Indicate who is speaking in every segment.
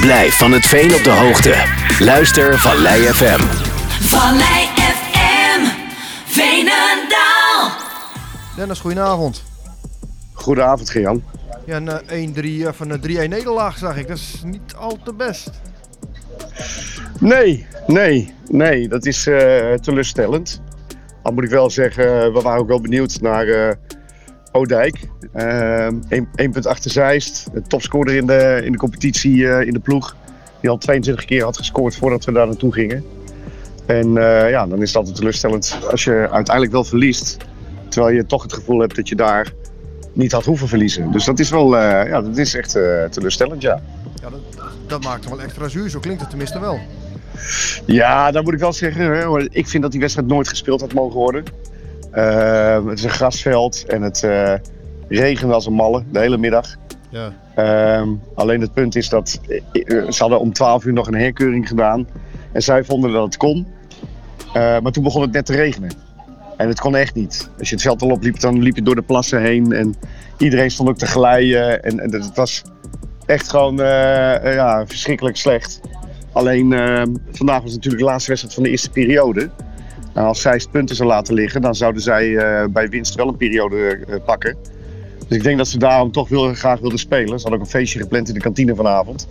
Speaker 1: Blijf van het veen op de hoogte. Luister Vallei FM.
Speaker 2: Vallei FM, Veenendaal.
Speaker 3: Dennis, goedenavond.
Speaker 4: Goedenavond, Gian.
Speaker 3: Ja, een 3-1 nederlaag zag ik. Dat is niet al te best.
Speaker 4: Nee, dat is teleurstellend. Al moet ik wel zeggen, we waren ook wel benieuwd naar Odijk. 1 punt achter Zeist, de topscorer in de competitie in de ploeg. Die al 22 keer had gescoord voordat we daar naartoe gingen. En dan is het altijd teleurstellend als je uiteindelijk wel verliest. Terwijl je toch het gevoel hebt dat je daar niet had hoeven verliezen. Dus dat is wel, dat is echt teleurstellend, ja.
Speaker 3: Ja, dat maakt hem wel extra zuur, zo klinkt het tenminste wel.
Speaker 4: Ja, dat moet ik wel zeggen. Ik vind dat die wedstrijd nooit gespeeld had mogen worden. Het is een grasveld en het regende als een malle de hele middag.
Speaker 3: Ja.
Speaker 4: Alleen het punt is dat ze hadden om 12 uur nog een herkeuring gedaan. En zij vonden dat het kon. Maar toen begon het net te regenen. En het kon echt niet. Als je het veld al opliep, dan liep je door de plassen heen. En iedereen stond ook te glijden. En het was echt gewoon verschrikkelijk slecht. Alleen vandaag was natuurlijk de laatste wedstrijd van de eerste periode. Nou, als zij punten zou laten liggen, dan zouden zij bij winst wel een periode pakken. Dus ik denk dat ze daarom toch graag wilden spelen. Ze hadden ook een feestje gepland in de kantine vanavond.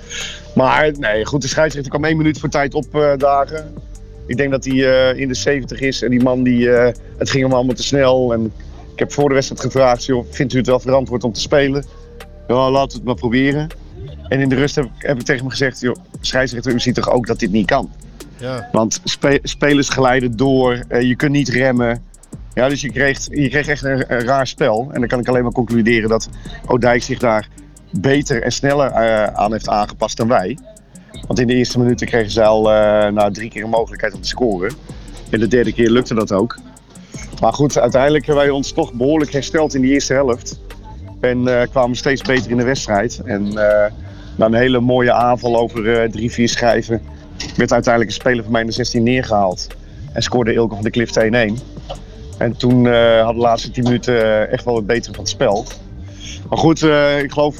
Speaker 4: Maar nee, goed, de scheidsrechter kwam 1 minuut voor tijd opdagen. Ik denk dat hij in de 70 is en die man het ging hem allemaal te snel. En ik heb voor de wedstrijd gevraagd, joh, vindt u het wel verantwoord om te spelen? Ja, laten we het maar proberen. En in de rust heb ik tegen hem gezegd, joh, scheidsrechter, u ziet toch ook dat dit niet kan? Ja. Want spelers glijden door, je kunt niet remmen. Ja, dus je kreeg echt een raar spel. En dan kan ik alleen maar concluderen dat Odijk zich daar beter en sneller aan heeft aangepast dan wij. Want in de eerste minuten kregen ze al 3 keer een mogelijkheid om te scoren. En de derde keer lukte dat ook. Maar goed, uiteindelijk hebben wij ons toch behoorlijk hersteld in die eerste helft. En kwamen steeds beter in de wedstrijd. En na een hele mooie aanval over 3-4 schijven werd uiteindelijk een speler van mij in de 16 neergehaald. En scoorde Ilko van der Cliff 2-1. En toen hadden de laatste 10 minuten echt wel het betere van het spel. Maar goed, ik geloof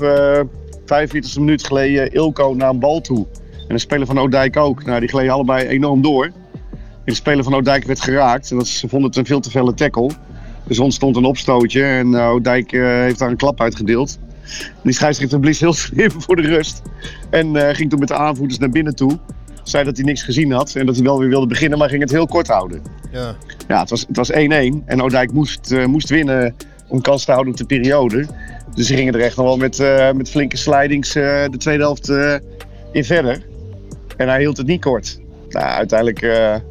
Speaker 4: 45e minuut gleed Ilko naar een bal toe. En de speler van Odijk ook. Nou, die gleden allebei enorm door. En de speler van Odijk werd geraakt. En ze vonden het een veel te felle tackle. Dus ontstond een opstootje. En Odijk heeft daar een klap uitgedeeld. Die scheidsrechter blies heel even voor de rust. En ging toen met de aanvoerders naar binnen toe. Zei dat hij niks gezien had. En dat hij wel weer wilde beginnen. Maar ging het heel kort houden. Ja, het was 1-1. En Odijk moest winnen om kans te houden op de periode. Dus ze gingen er echt nog wel met flinke slidings de tweede helft in verder. En hij hield het niet kort. Nou, uiteindelijk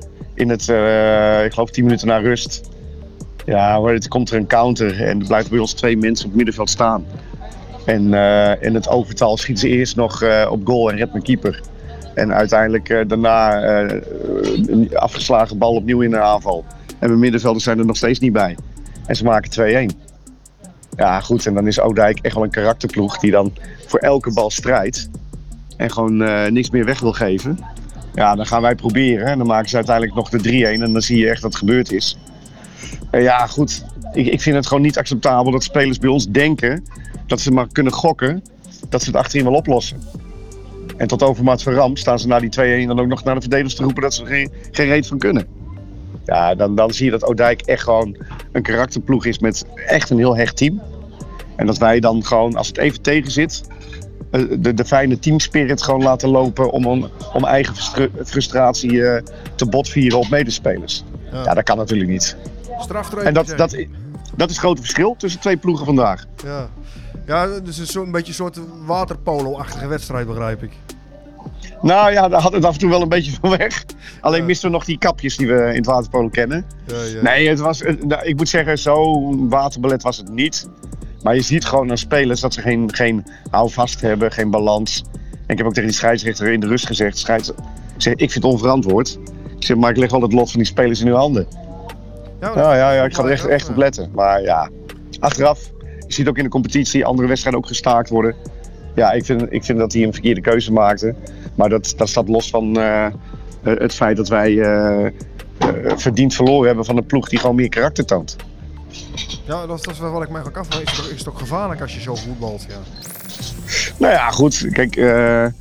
Speaker 4: ik geloof 10 minuten na rust. Ja, komt er een counter en er blijven bij ons 2 mensen op het middenveld staan. En in het overtal schieten ze eerst nog op goal en redt mijn keeper. En uiteindelijk daarna een afgeslagen bal opnieuw in de aanval. En mijn middenvelders zijn er nog steeds niet bij. En ze maken 2-1. Ja goed, en dan is Odijk echt wel een karakterploeg die dan voor elke bal strijdt. En gewoon niks meer weg wil geven. Ja, dan gaan wij proberen. En dan maken ze uiteindelijk nog de 3-1. En dan zie je echt wat er gebeurd is. Ja, goed. Ik vind het gewoon niet acceptabel dat spelers bij ons denken dat ze maar kunnen gokken. Dat ze het achterin wel oplossen. En tot overmaat van ramp staan ze na die 2-1 dan ook nog naar de verdedigers te roepen dat ze er geen reet van kunnen. Ja, dan zie je dat Odijk echt gewoon een karakterploeg is met echt een heel hecht team. En dat wij dan gewoon, als het even tegen zit, de fijne teamspirit gewoon laten lopen om eigen frustratie te botvieren op medespelers. Ja, dat kan natuurlijk niet.
Speaker 3: Straftreden.
Speaker 4: En dat is het grote verschil tussen 2 ploegen vandaag.
Speaker 3: Ja, dus een beetje een soort waterpolo-achtige wedstrijd, begrijp ik.
Speaker 4: Nou ja, daar had het af en toe wel een beetje van weg. Alleen misten we nog die kapjes die we in het waterpolo kennen. Ja. Nee, het was, ik moet zeggen, zo'n waterballet was het niet. Maar je ziet gewoon aan spelers dat ze geen houvast hebben, geen balans. En ik heb ook tegen die scheidsrechter in de rust gezegd, ik vind het onverantwoord. Ik zeg, maar ik leg wel het lot van die spelers in uw handen. Ja, ik ga er echt op letten. Maar ja, achteraf, je ziet ook in de competitie andere wedstrijden ook gestaakt worden. Ja, ik vind dat hij een verkeerde keuze maakte. Maar dat staat los van het feit dat wij verdiend verloren hebben van een ploeg die gewoon meer karakter toont.
Speaker 3: Ja, dat is wel wat ik mij ook afvraag. Is het ook gevaarlijk als je zo voetbalt? Ja.
Speaker 4: Nou ja, goed. Kijk,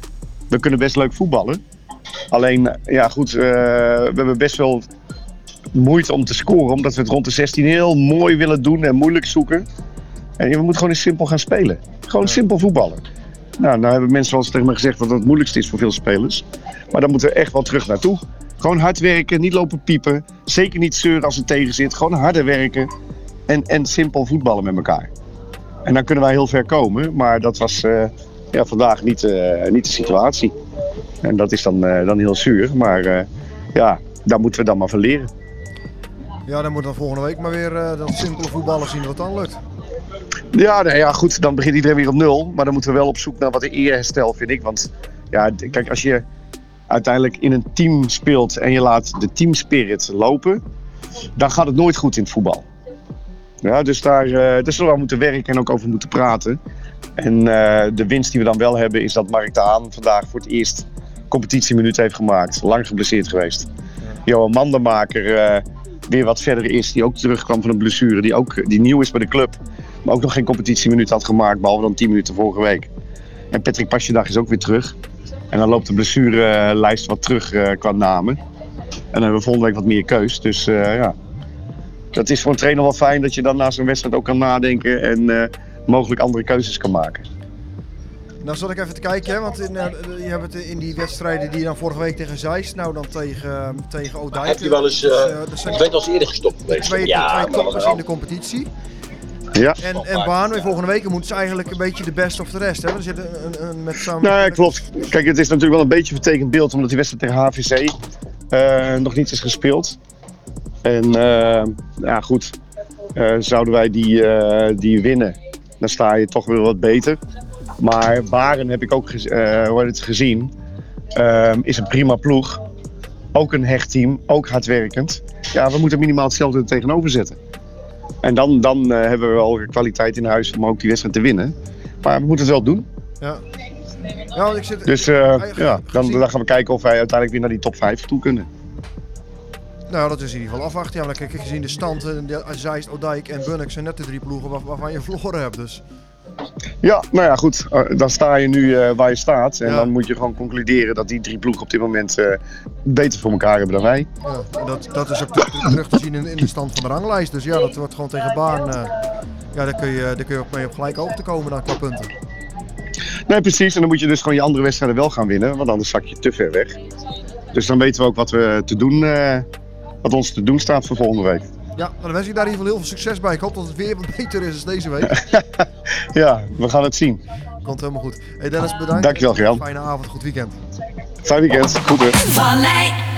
Speaker 4: we kunnen best leuk voetballen. Alleen, we hebben best wel moeite om te scoren. Omdat we het rond de 16 heel mooi willen doen en moeilijk zoeken. En we moeten gewoon eens simpel gaan spelen. Gewoon simpel voetballen. Nou hebben mensen wel eens tegen me gezegd dat het moeilijkste is voor veel spelers. Maar daar moeten we echt wel terug naartoe. Gewoon hard werken, niet lopen piepen. Zeker niet zeuren als het tegen zit. Gewoon harder werken en simpel voetballen met elkaar. En dan kunnen wij heel ver komen. Maar dat was vandaag niet de situatie. En dat is dan heel zuur. Maar daar moeten we dan maar van leren.
Speaker 3: Ja, dan moet dan volgende week maar weer dat simpele voetballen zien wat dan lukt.
Speaker 4: Ja, goed, dan begint iedereen weer op nul. Maar dan moeten we wel op zoek naar wat de eerherstel, vind ik. Want kijk, als je uiteindelijk in een team speelt en je laat de teamspirit lopen, dan gaat het nooit goed in het voetbal. Ja, dus daar zullen we aan moeten werken en ook over moeten praten. En de winst die we dan wel hebben is dat Mark de Haan vandaag voor het eerst competitieminuten heeft gemaakt. Lang geblesseerd geweest. Johan Mandenmaker weer wat verder is, die ook terugkwam van een blessure, die nieuw is bij de club, maar ook nog geen competitieminuut had gemaakt, behalve dan 10 minuten vorige week. En Patrick Pasjedag is ook weer terug. En dan loopt de blessurelijst wat terug qua namen. En dan hebben we volgende week wat meer keus. Dus dat is voor een trainer wel fijn dat je dan na zo'n wedstrijd ook kan nadenken en mogelijk andere keuzes kan maken.
Speaker 3: Nou zat ik even te kijken, hè, want je hebt het in die wedstrijden die je dan vorige week tegen Zeist, nou dan tegen Odijk.
Speaker 5: Heb je wel eens, je bent al eens eerder gestopt geweest?
Speaker 3: Twee toppers in de competitie.
Speaker 4: Ja.
Speaker 3: En Baarn, volgende week moeten ze eigenlijk een beetje de best of the rest hebben. Er zit met samen.
Speaker 4: Nou, klopt. Kijk, het is natuurlijk wel een beetje een vertekend beeld, omdat die wedstrijd tegen HVC nog niet is gespeeld. En zouden wij die winnen, dan sta je toch weer wat beter. Maar Baren heb ik ook gezien, is een prima ploeg. Ook een hecht team, ook hardwerkend. Ja, we moeten minimaal hetzelfde tegenover zetten. En dan hebben we wel kwaliteit in huis om ook die wedstrijd te winnen. Maar we moeten het wel doen.
Speaker 3: Ja. Ja, want ik zit
Speaker 4: dus dan gaan we kijken of wij uiteindelijk weer naar die top 5 toe kunnen.
Speaker 3: Nou, dat is in ieder geval afwachten. Ja, maar kijk, gezien de stand, Zeist, Odijk en Bunnik zijn net de 3 ploegen waarvan je verloren hebt. Dus.
Speaker 4: Ja, nou ja, goed. Dan sta je nu waar je staat. En dan moet je gewoon concluderen dat die 3 ploegen op dit moment beter voor elkaar hebben dan wij.
Speaker 3: Ja, dat is ook terug te zien in de stand van de ranglijst. Dus ja, dat wordt gewoon tegen Baarn. Daar kun je ook mee op gelijke hoogte komen dan qua punten.
Speaker 4: Nee, precies. En dan moet je dus gewoon je andere wedstrijden wel gaan winnen. Want anders zak je te ver weg. Dus dan weten we ook wat ons te doen staat voor volgende week.
Speaker 3: Ja, dan wens ik daar in ieder geval heel veel succes bij. Ik hoop dat het weer wat beter is dan deze week.
Speaker 4: Ja, we gaan het zien.
Speaker 3: Komt helemaal goed. Hey Dennis, bedankt.
Speaker 4: Dankjewel, Jan.
Speaker 3: Fijne avond, goed weekend.
Speaker 4: Fijn weekend. Goed hè.